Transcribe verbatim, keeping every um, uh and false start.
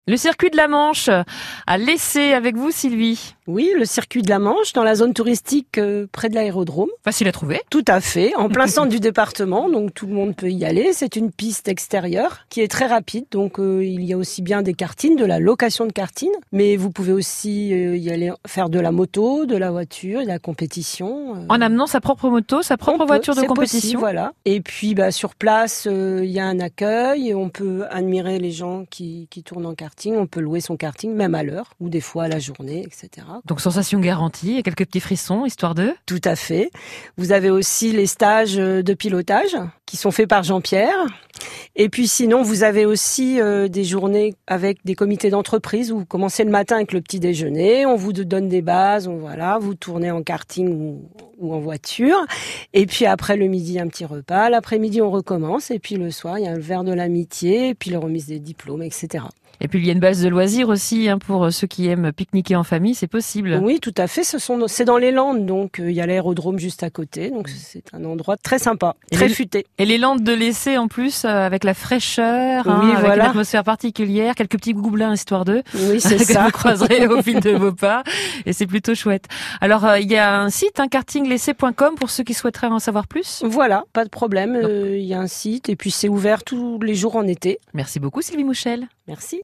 Le circuit de la Manche à Lessay avec vous, Sylvie. Oui, le circuit de la Manche, dans la zone touristique euh, près de l'aérodrome. Facile à trouver. Tout à fait, en plein centre du département, donc tout le monde peut y aller. C'est une piste extérieure qui est très rapide, donc euh, il y a aussi bien des kartings, de la location de kartings, mais vous pouvez aussi euh, y aller faire de la moto, de la voiture, de la compétition. Euh... En amenant sa propre moto, sa propre on voiture peut, de c'est compétition. Possible, voilà. Et puis bah, sur place, euh, il y a un accueil, et on peut admirer les gens qui, qui tournent en karting, on peut louer son karting même à l'heure, ou des fois à la journée, et cetera. Donc sensation garantie, et quelques petits frissons, histoire de... Tout à fait. Vous avez aussi les stages de pilotage qui sont faits par Jean-Pierre. Et puis sinon, vous avez aussi euh, des journées avec des comités d'entreprise où vous commencez le matin avec le petit déjeuner, on vous donne des bases, on, voilà, vous tournez en karting ou, ou en voiture. Et puis après le midi, un petit repas. L'après-midi, on recommence. Et puis le soir, il y a le verre de l'amitié, et puis la remise des diplômes, et cetera. Et puis il y a une base de loisirs aussi hein, pour ceux qui aiment pique-niquer en famille, c'est possible. Oui, tout à fait. Ce sont, c'est dans les Landes, donc euh, il y a l'aérodrome juste à côté, donc c'est un endroit très sympa, et très les, futé. Et les Landes de Lessay en plus, euh, avec la fraîcheur, oui, hein, avec voilà. une atmosphère particulière, quelques petits goublins histoire d'eux. Oui, c'est que ça. vous croiserez au fil de vos pas, et c'est plutôt chouette. Alors euh, il y a un site, hein, karting lessay point com pour ceux qui souhaiteraient en savoir plus. Voilà, pas de problème. Il euh, y a un site et puis c'est ouvert tous les jours en été. Merci beaucoup Sylvie Mouchel. Merci.